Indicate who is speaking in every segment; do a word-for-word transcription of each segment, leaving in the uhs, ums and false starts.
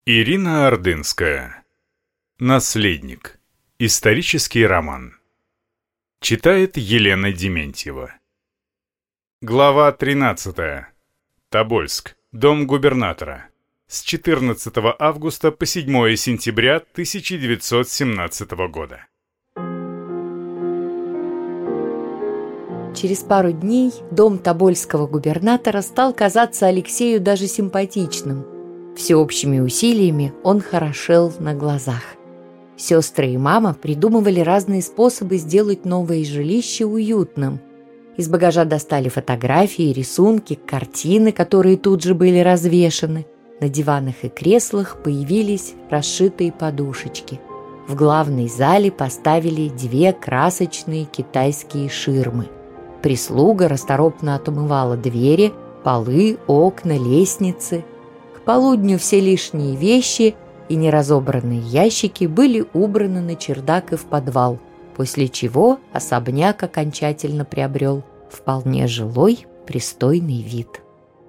Speaker 1: Ирина Ордынская. Наследник. Исторический роман. Читает Елена Дементьева. Глава тринадцатая. Тобольск. Дом губернатора. С четырнадцатого августа по седьмое сентября тысяча девятьсот семнадцатого года.
Speaker 2: Через пару дней дом тобольского губернатора стал казаться Алексею даже симпатичным. Всеобщими усилиями он хорошел на глазах. Сестры и мама придумывали разные способы сделать новое жилище уютным. Из багажа достали фотографии, рисунки, картины, которые тут же были развешаны. На диванах и креслах появились расшитые подушечки. В главной зале поставили две красочные китайские ширмы. Прислуга расторопно отмывала двери, полы, окна, лестницы. К полудню все лишние вещи и неразобранные ящики были убраны на чердак и в подвал, после чего особняк окончательно приобрел вполне жилой, пристойный вид.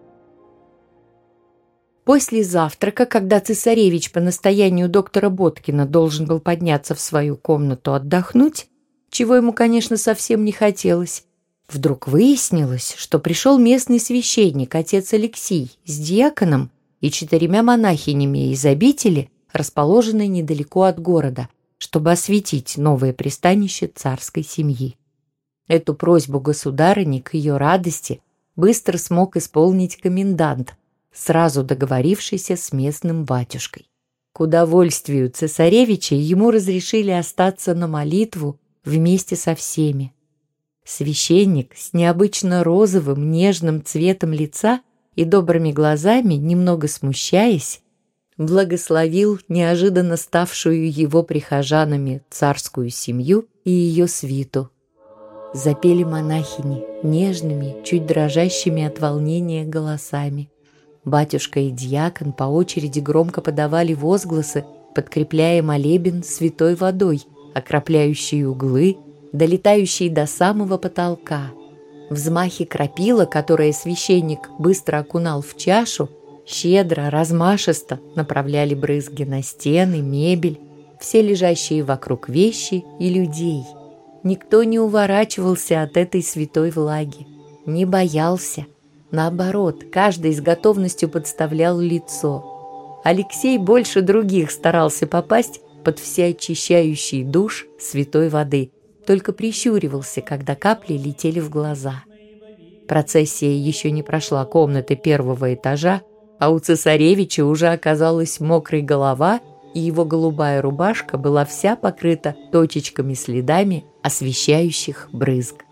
Speaker 2: После завтрака, когда цесаревич по настоянию доктора Боткина должен был подняться в свою комнату отдохнуть, чего ему, конечно, совсем не хотелось, вдруг выяснилось, что пришел местный священник, отец Алексий, с диаконом и четырьмя монахинями из обители, расположенной недалеко от города, чтобы осветить новое пристанище царской семьи. Эту просьбу государыни к ее радости быстро смог исполнить комендант, сразу договорившийся с местным батюшкой. К удовольствию цесаревича ему разрешили остаться на молитву вместе со всеми. Священник с необычно розовым нежным цветом лица и добрыми глазами, немного смущаясь, благословил неожиданно ставшую его прихожанами царскую семью и ее свиту. Запели монахини нежными, чуть дрожащими от волнения голосами. Батюшка и диакон по очереди громко подавали возгласы, подкрепляя молебен святой водой, окропляющей углы, долетающей до самого потолка. Взмахи крапила, которые священник быстро окунал в чашу, щедро, размашисто направляли брызги на стены, мебель, все лежащие вокруг вещи и людей. Никто не уворачивался от этой святой влаги, не боялся. Наоборот, каждый с готовностью подставлял лицо. Алексей больше других старался попасть под всеочищающий душ святой воды, только прищуривался, когда капли летели в глаза. Процессия еще не прошла комнаты первого этажа, а у цесаревича уже оказалась мокрая голова, и его голубая рубашка была вся покрыта точечками-следами освещающих брызг.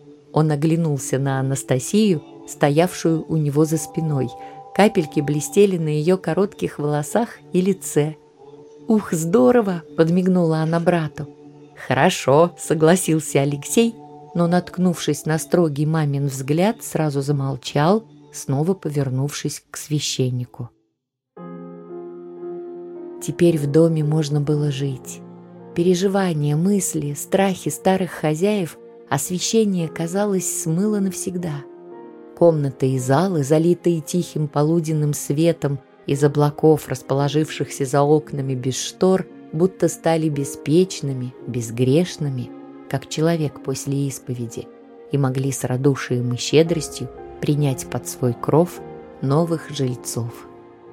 Speaker 2: Он оглянулся на Анастасию, стоявшую у него за спиной. Капельки блестели на ее коротких волосах и лице. «Ух, здорово!» – подмигнула она брату. «Хорошо», – согласился Алексей, но, наткнувшись на строгий мамин взгляд, сразу замолчал, снова повернувшись к священнику. Теперь в доме можно было жить. Переживания, мысли, страхи старых хозяев освещение, казалось, смыло навсегда. Комнаты и залы, залитые тихим полуденным светом из облаков, расположившихся за окнами без штор, будто стали беспечными, безгрешными, как человек после исповеди, и могли с радушием и щедростью принять под свой кров новых жильцов.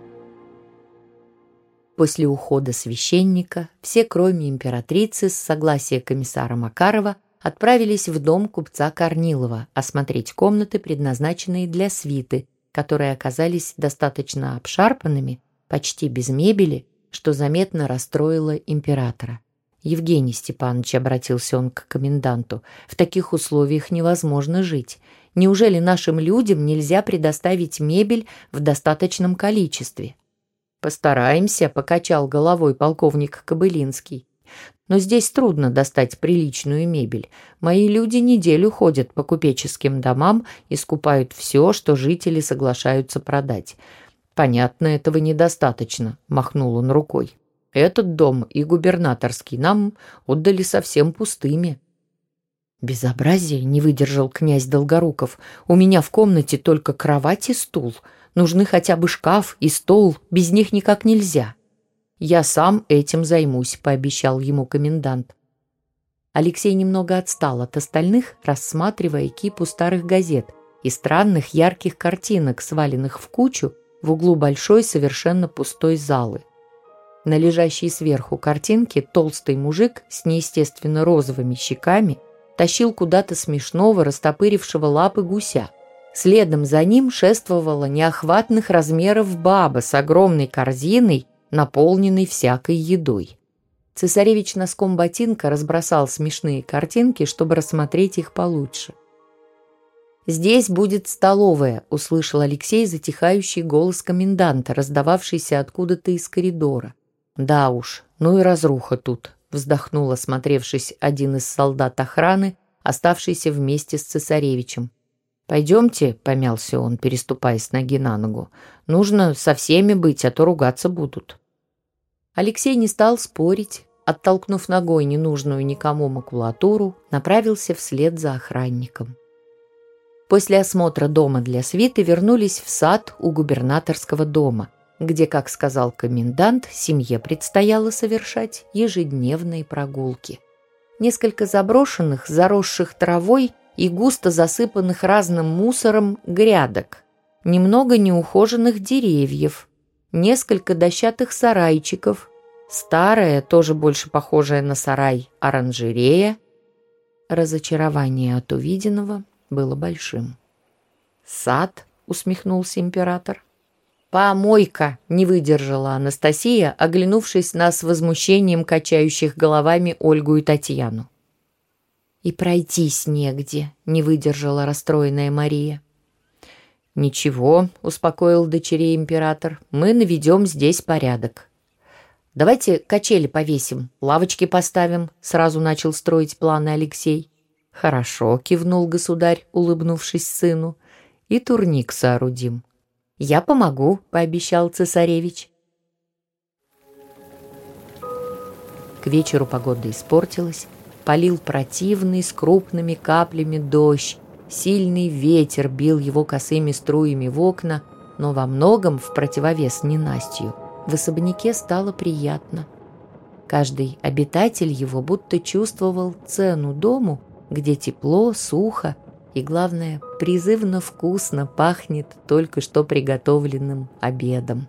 Speaker 2: После ухода священника все, кроме императрицы, с согласия комиссара Макарова, отправились в дом купца Корнилова осмотреть комнаты, предназначенные для свиты, которые оказались достаточно обшарпанными, почти без мебели, что заметно расстроило императора. «Евгений Степанович», — обратился он к коменданту, — «в таких условиях невозможно жить. Неужели нашим людям нельзя предоставить мебель в достаточном количестве?» «Постараемся», — покачал головой полковник Кобылинский. «Но здесь трудно достать приличную мебель. Мои люди неделю ходят по купеческим домам и скупают все, что жители соглашаются продать». «Понятно, этого недостаточно», — махнул он рукой. «Этот дом и губернаторский нам отдали совсем пустыми». «Безобразие!» — не выдержал князь Долгоруков. «У меня в комнате только кровать и стул. Нужны хотя бы шкаф и стол, без них никак нельзя». «Я сам этим займусь», — пообещал ему комендант. Алексей немного отстал от остальных, рассматривая кипу старых газет и странных ярких картинок, сваленных в кучу в углу большой совершенно пустой залы. На лежащей сверху картинке толстый мужик с неестественно розовыми щеками тащил куда-то смешного, растопырившего лапы гуся. Следом за ним шествовала неохватных размеров баба с огромной корзиной, наполненной всякой едой. Цесаревич носком ботинка разбросал смешные картинки, чтобы рассмотреть их получше. «Здесь будет столовая», — услышал Алексей затихающий голос коменданта, раздававшийся откуда-то из коридора. «Да уж, ну и разруха тут», — вздохнул, осмотревшись, один из солдат охраны, оставшийся вместе с цесаревичем. «Пойдемте», — помялся он, переступая с ноги на ногу. «Нужно со всеми быть, а то ругаться будут». Алексей не стал спорить, оттолкнув ногой ненужную никому макулатуру, направился вслед за охранником. После осмотра дома для свиты вернулись в сад у губернаторского дома, где, как сказал комендант, семье предстояло совершать ежедневные прогулки. Несколько заброшенных, заросших травой и густо засыпанных разным мусором грядок, немного неухоженных деревьев, несколько дощатых сарайчиков, старая, тоже больше похожая на сарай, оранжерея. Разочарование от увиденного было большим. «Сад?» — усмехнулся император. «Помойка!» — не выдержала Анастасия, оглянувшись на с возмущением качающих головами Ольгу и Татьяну. «И пройтись негде», — не выдержала расстроенная Мария. «Ничего», — успокоил дочерей император, — «мы наведем здесь порядок». «Давайте качели повесим, лавочки поставим», — сразу начал строить планы Алексей. «Хорошо», — кивнул государь, улыбнувшись сыну, — «и турник соорудим». «Я помогу», — пообещал цесаревич. К вечеру погода испортилась, полил противный с крупными каплями дождь, сильный ветер бил его косыми струями в окна, но во многом в противовес ненастью в особняке стало приятно. Каждый обитатель его будто чувствовал цену дому, где тепло, сухо и, главное, призывно вкусно пахнет только что приготовленным обедом.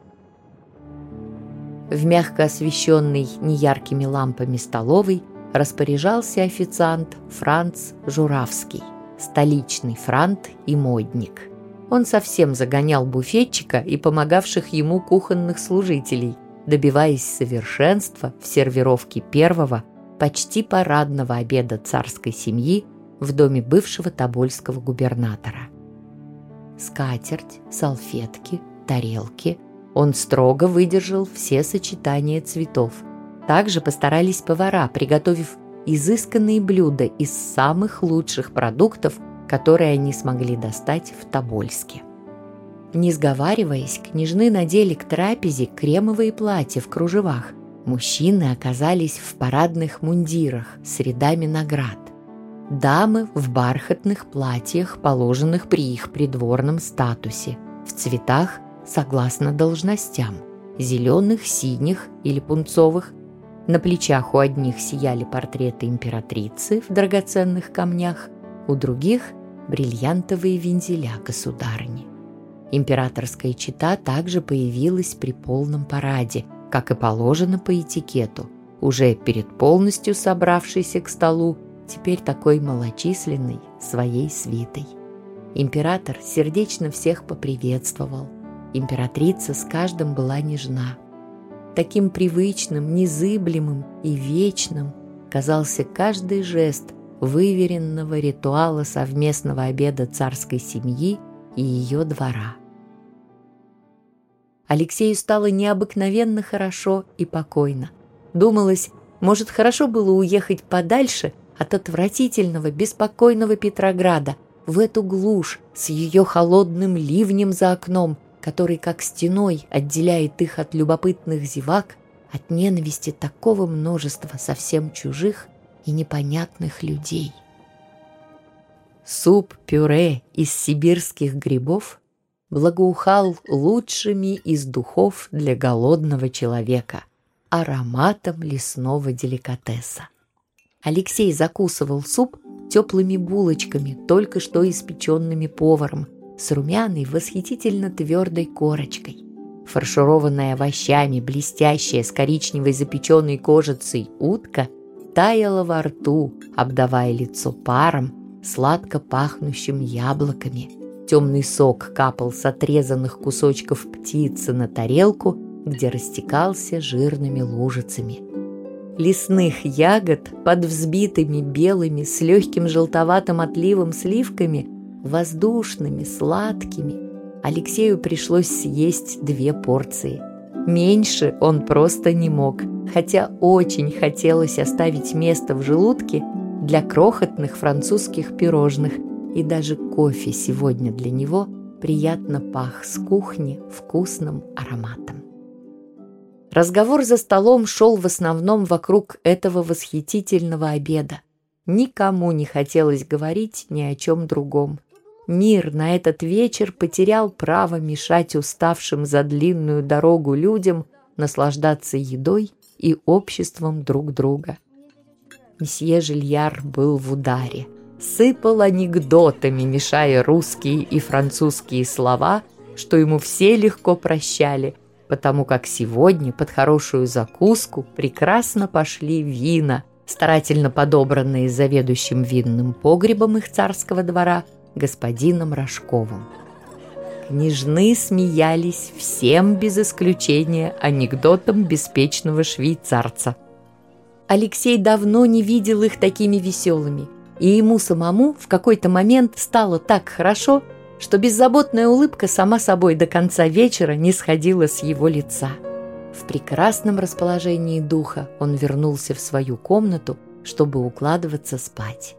Speaker 2: В мягко освещенной неяркими лампами столовой распоряжался официант Франц Журавский, столичный франт и модник. Он совсем загонял буфетчика и помогавших ему кухонных служителей, добиваясь совершенства в сервировке первого, почти парадного обеда царской семьи в доме бывшего тобольского губернатора. Скатерть, салфетки, тарелки. Он строго выдержал все сочетания цветов. Также постарались повара, приготовив изысканные блюда из самых лучших продуктов, которые они смогли достать в Тобольске. Не сговариваясь, княжны надели к трапезе кремовые платья в кружевах. Мужчины оказались в парадных мундирах с рядами наград. Дамы в бархатных платьях, положенных при их придворном статусе, в цветах согласно должностям, зеленых, синих или пунцовых. На плечах у одних сияли портреты императрицы в драгоценных камнях, у других – бриллиантовые вензеля государни. Императорская чета также появилась при полном параде, как и положено по этикету, уже перед полностью собравшейся к столу, теперь такой малочисленной, своей свитой. Император сердечно всех поприветствовал. Императрица с каждым была нежна. Таким привычным, незыблемым и вечным казался каждый жест выверенного ритуала совместного обеда царской семьи и ее двора. Алексею стало необыкновенно хорошо и покойно. Думалось, может, хорошо было уехать подальше от отвратительного, беспокойного Петрограда, в эту глушь с ее холодным ливнем за окном, который как стеной отделяет их от любопытных зевак, от ненависти такого множества совсем чужих и непонятных людей. суп-пюре из сибирских грибов благоухал лучшими из духов для голодного человека, ароматом лесного деликатеса. Алексей закусывал суп теплыми булочками, только что испеченными поваром, с румяной, восхитительно твердой корочкой. Фаршированная овощами, блестящая с коричневой запеченной кожицей утка таяла во рту, обдавая лицо паром, сладко пахнущим яблоками. Темный сок капал с отрезанных кусочков птицы на тарелку, где растекался жирными лужицами. Лесных ягод под взбитыми белыми с легким желтоватым отливом сливками, воздушными, сладкими, Алексею пришлось съесть две порции. Меньше он просто не мог, хотя очень хотелось оставить место в желудке для крохотных французских пирожных, и даже кофе сегодня для него приятно пах с кухни вкусным ароматом. Разговор за столом шел в основном вокруг этого восхитительного обеда. Никому не хотелось говорить ни о чем другом. Мир на этот вечер потерял право мешать уставшим за длинную дорогу людям наслаждаться едой и обществом друг друга. Месье Жильяр был в ударе. Сыпал анекдотами, мешая русские и французские слова, что ему все легко прощали, потому как сегодня под хорошую закуску прекрасно пошли вина, старательно подобранные заведующим винным погребом их царского двора господином Рожковым. Княжны смеялись всем без исключения анекдотом беспечного швейцарца. Алексей давно не видел их такими веселыми, и ему самому в какой-то момент стало так хорошо, что беззаботная улыбка сама собой до конца вечера не сходила с его лица. В прекрасном расположении духа он вернулся в свою комнату, чтобы укладываться спать.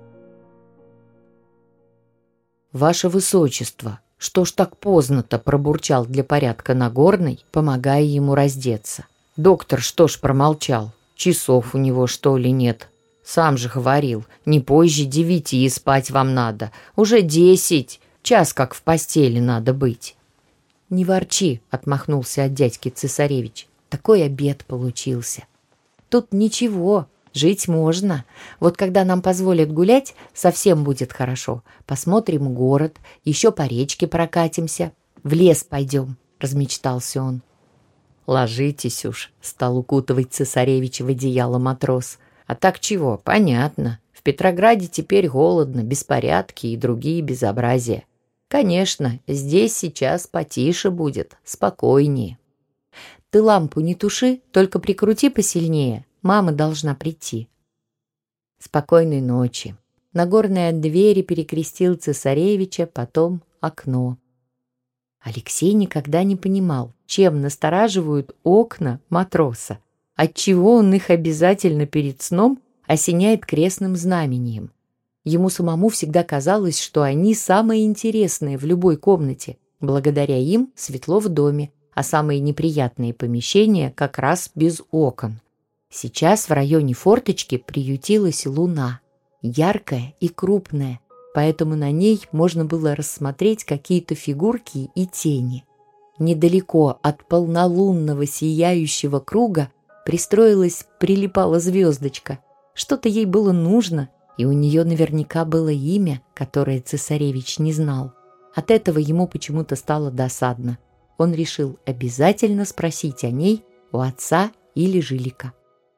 Speaker 2: «Ваше Высочество, что ж так поздно-то?» — пробурчал для порядка Нагорный, помогая ему раздеться. «Доктор что ж промолчал? Часов у него, что ли, нет? Сам же говорил, не позже девяти и спать вам надо. Уже десять, час как в постели надо быть». «Не ворчи», — отмахнулся от дядьки цесаревич. «Такой обед получился. Тут ничего, жить можно. Вот когда нам позволят гулять, совсем будет хорошо. Посмотрим город, еще по речке прокатимся. В лес пойдем», — размечтался он. «Ложитесь уж», — стал укутывать цесаревич в одеяло матрос. «А так чего? Понятно. В Петрограде теперь голодно, беспорядки и другие безобразия. Конечно, здесь сейчас потише будет, спокойнее. Ты лампу не туши, только прикрути посильнее. Мама должна прийти». «Спокойной ночи». Нагорный от двери перекрестил цесаревича, потом окно. Алексей никогда не понимал, чем настораживают окна матроса, отчего он их обязательно перед сном осеняет крестным знамением. Ему самому всегда казалось, что они самые интересные в любой комнате. Благодаря им светло в доме, а самые неприятные помещения как раз без окон. Сейчас в районе форточки приютилась луна, яркая и крупная, поэтому на ней можно было рассмотреть какие-то фигурки и тени. Недалеко от полнолунного сияющего круга пристроилась, прилипала звездочка. Что-то ей было нужно, и у нее наверняка было имя, которое цесаревич не знал. От этого ему почему-то стало досадно. Он решил обязательно спросить о ней у отца или Жилика.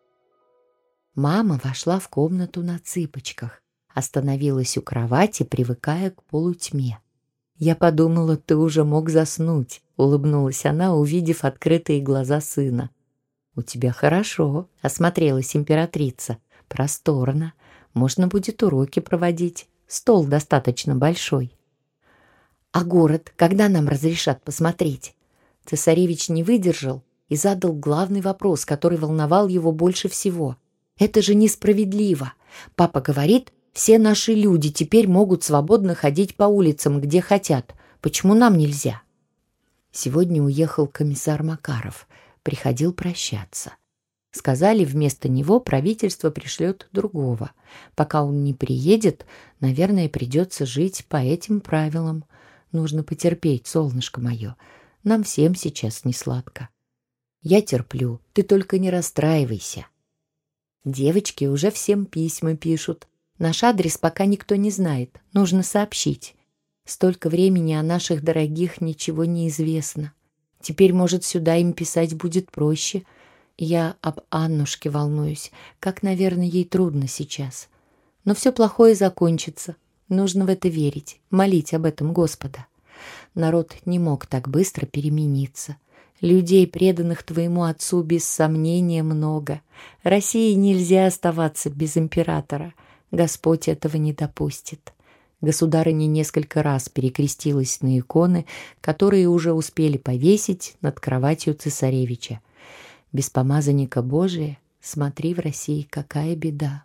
Speaker 2: Мама вошла в комнату на цыпочках, остановилась у кровати, привыкая к полутьме. «Я подумала, ты уже мог заснуть», — улыбнулась она, увидев открытые глаза сына. «У тебя хорошо», — осмотрелась императрица. «Просторно. Можно будет уроки проводить. Стол достаточно большой». «А город когда нам разрешат посмотреть?» Цесаревич не выдержал и задал главный вопрос, который волновал его больше всего. «Это же несправедливо. Папа говорит, все наши люди теперь могут свободно ходить по улицам, где хотят. Почему нам нельзя?» Сегодня уехал комиссар Макаров. Приходил прощаться. Сказали, вместо него правительство пришлет другого. Пока он не приедет, наверное, придется жить по этим правилам. Нужно потерпеть, солнышко мое. Нам всем сейчас не сладко. Я терплю, ты только не расстраивайся. Девочки уже всем письма пишут. Наш адрес пока никто не знает, нужно сообщить. Столько времени о наших дорогих ничего не известно. Теперь, может, сюда им писать будет проще. Я об Аннушке волнуюсь, как, наверное, ей трудно сейчас. Но все плохое закончится. Нужно в это верить, молить об этом Господа. Народ не мог так быстро перемениться. Людей, преданных твоему отцу, без сомнения много. России нельзя оставаться без императора. Господь этого не допустит. Государыня несколько раз перекрестилась на иконы, которые уже успели повесить над кроватью цесаревича. Без помазанника Божия, смотри, в России какая беда.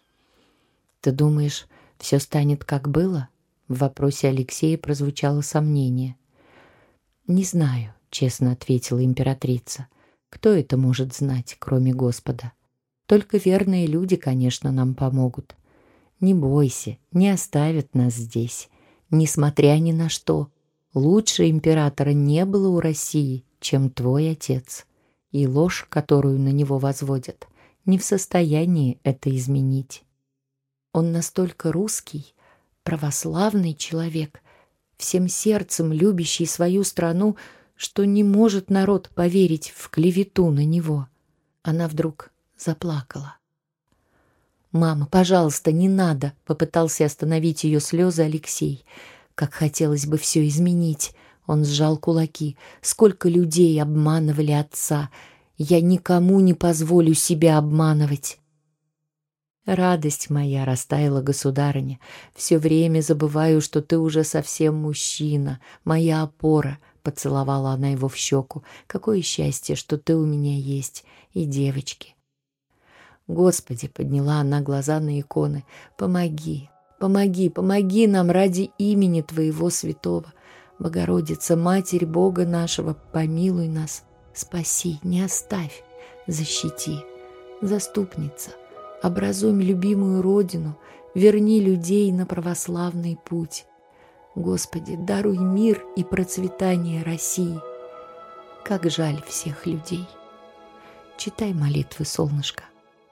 Speaker 2: Ты думаешь, все станет как было? В вопросе Алексея прозвучало сомнение. Не знаю, честно ответила императрица. Кто это может знать, кроме Господа? Только верные люди, конечно, нам помогут. Не бойся, не оставят нас здесь. Несмотря ни на что, лучше императора не было у России, чем твой отец. И ложь, которую на него возводят, не в состоянии это изменить. Он настолько русский, православный человек, всем сердцем любящий свою страну, что не может народ поверить в клевету на него. Она вдруг заплакала. «Мама, пожалуйста, не надо!» — попытался остановить ее слезы Алексей. «Как хотелось бы все изменить!» Он сжал кулаки. «Сколько людей обманывали отца! Я никому не позволю себя обманывать!» «Радость моя!» — растаяла государыня. «Все время забываю, что ты уже совсем мужчина, моя опора!» — поцеловала она его в щеку. «Какое счастье, что ты у меня есть, и девочки!» «Господи!» — подняла она глаза на иконы. «Помоги, помоги, помоги нам ради имени Твоего святого! Богородица, Матерь Бога нашего, помилуй нас, спаси, не оставь, защити, заступница, образуй любимую родину, верни людей на православный путь. Господи, даруй мир и процветание России. Как жаль всех людей. Читай молитвы, солнышко».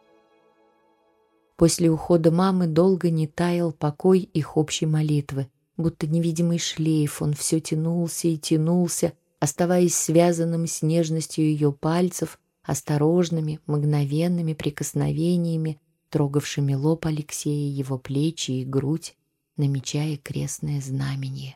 Speaker 2: После ухода мамы долго не таял покой их общей молитвы. Будто невидимый шлейф, он все тянулся и тянулся, оставаясь связанным с нежностью ее пальцев, осторожными, мгновенными прикосновениями, трогавшими лоб Алексея, его плечи и грудь, намечая крестное знамение.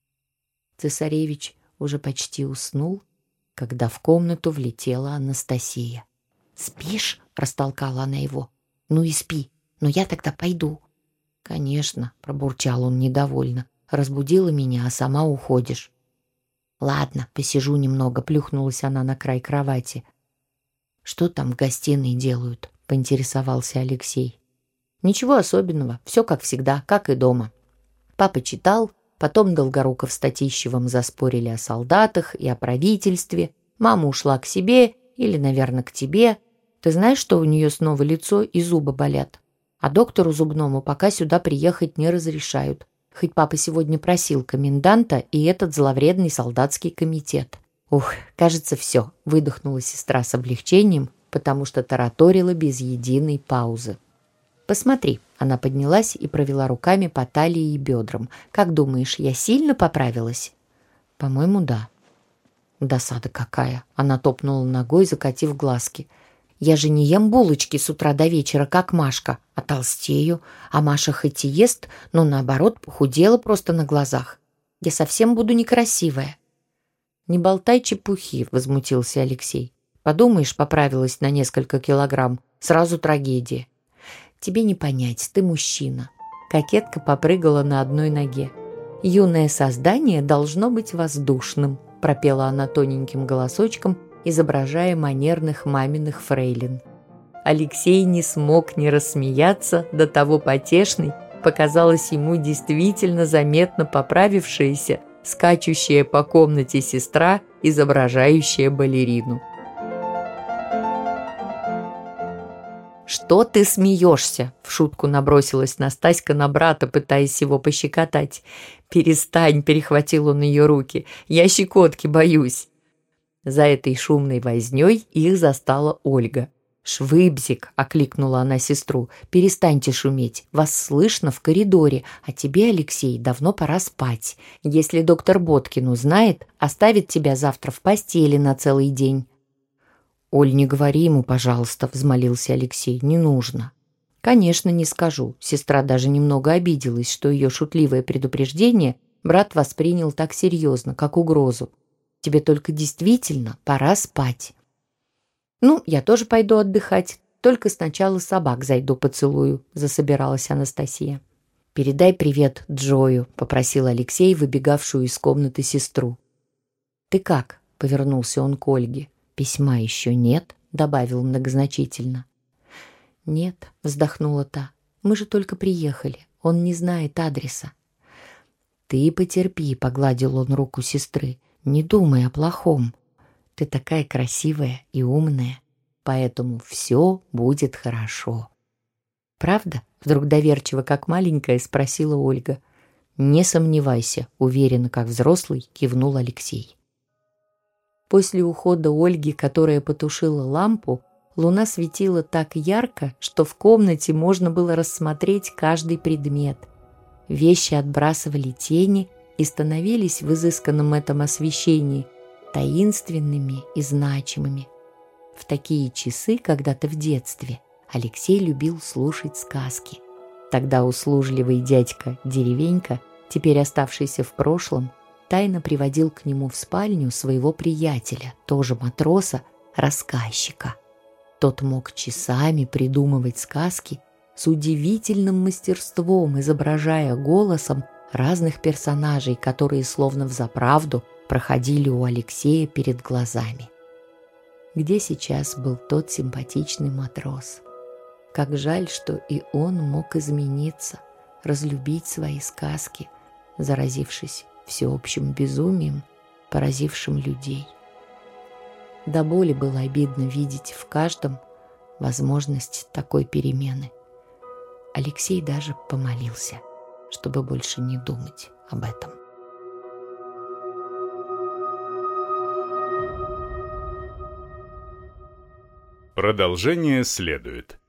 Speaker 2: Цесаревич уже почти уснул, когда в комнату влетела Анастасия. «Спишь?» — растолкала она его. «Ну и спи, но я тогда пойду». «Конечно», — пробурчал он недовольно. «Разбудила меня, а сама уходишь». «Ладно, посижу немного», — плюхнулась она на край кровати. «Что там в гостиной делают?» — поинтересовался Алексей. «Ничего особенного, все как всегда, как и дома». Папа читал, потом Долгоруков с Татищевым заспорили о солдатах и о правительстве. Мама ушла к себе или, наверное, к тебе. Ты знаешь, что у нее снова лицо и зубы болят? А доктору зубному пока сюда приехать не разрешают. Хоть папа сегодня просил коменданта и этот зловредный солдатский комитет. Ух, кажется, все, выдохнула сестра с облегчением, потому что тараторила без единой паузы. «Посмотри», — она поднялась и провела руками по талии и бедрам. «Как думаешь, я сильно поправилась?» «По-моему, да». «Досада какая!» — она топнула ногой, закатив глазки. «Я же не ем булочки с утра до вечера, как Машка, а толстею. А Маша хоть и ест, но наоборот похудела просто на глазах. Я совсем буду некрасивая». «Не болтай чепухи», — возмутился Алексей. «Подумаешь, поправилась на несколько килограмм. Сразу трагедия». «Тебе не понять, ты мужчина». Кокетка попрыгала на одной ноге. «Юное создание должно быть воздушным», — пропела она тоненьким голосочком, изображая манерных маминых фрейлин. Алексей не смог не рассмеяться, до того потешной показалась ему действительно заметно поправившаяся, скачущая по комнате сестра, изображающая балерину. «Что ты смеешься?» — в шутку набросилась Настаська на брата, пытаясь его пощекотать. «Перестань!» — перехватил он ее руки. «Я щекотки боюсь!» За этой шумной вознёй их застала Ольга. «Швыбзик!» — окликнула она сестру. «Перестаньте шуметь. Вас слышно в коридоре, а тебе, Алексей, давно пора спать. Если доктор Боткин узнает, оставит тебя завтра в постели на целый день». «Оль, не говори ему, пожалуйста», — взмолился Алексей. «Не нужно». «Конечно, не скажу». Сестра даже немного обиделась, что ее шутливое предупреждение брат воспринял так серьезно, как угрозу. «Тебе только действительно пора спать». «Ну, я тоже пойду отдыхать, только сначала собак зайду поцелую», — засобиралась Анастасия. «Передай привет Джою», — попросил Алексей, выбегавшую из комнаты сестру. «Ты как?» — повернулся он к Ольге. «Письма еще нет?» — добавил многозначительно. «Нет», — вздохнула та, — «мы же только приехали, он не знает адреса». «Ты потерпи», — погладил он руку сестры, — «не думай о плохом. Ты такая красивая и умная, поэтому все будет хорошо». «Правда?» — вдруг доверчиво, как маленькая, спросила Ольга. «Не сомневайся», — уверенно, как взрослый, кивнул Алексей. После ухода Ольги, которая потушила лампу, луна светила так ярко, что в комнате можно было рассмотреть каждый предмет. Вещи отбрасывали тени и становились в изысканном этом освещении таинственными и значимыми. В такие часы, когда-то в детстве, Алексей любил слушать сказки. Тогда услужливый дядька Деревенька, теперь оставшийся в прошлом, тайно приводил к нему в спальню своего приятеля, тоже матроса, рассказчика. Тот мог часами придумывать сказки с удивительным мастерством, изображая голосом разных персонажей, которые словно взаправду проходили у Алексея перед глазами. Где сейчас был тот симпатичный матрос? Как жаль, что и он мог измениться, разлюбить свои сказки, заразившись всеобщим безумием, поразившим людей. До боли было обидно видеть в каждом возможность такой перемены. Алексей даже помолился, чтобы больше не думать об этом.
Speaker 1: Продолжение следует.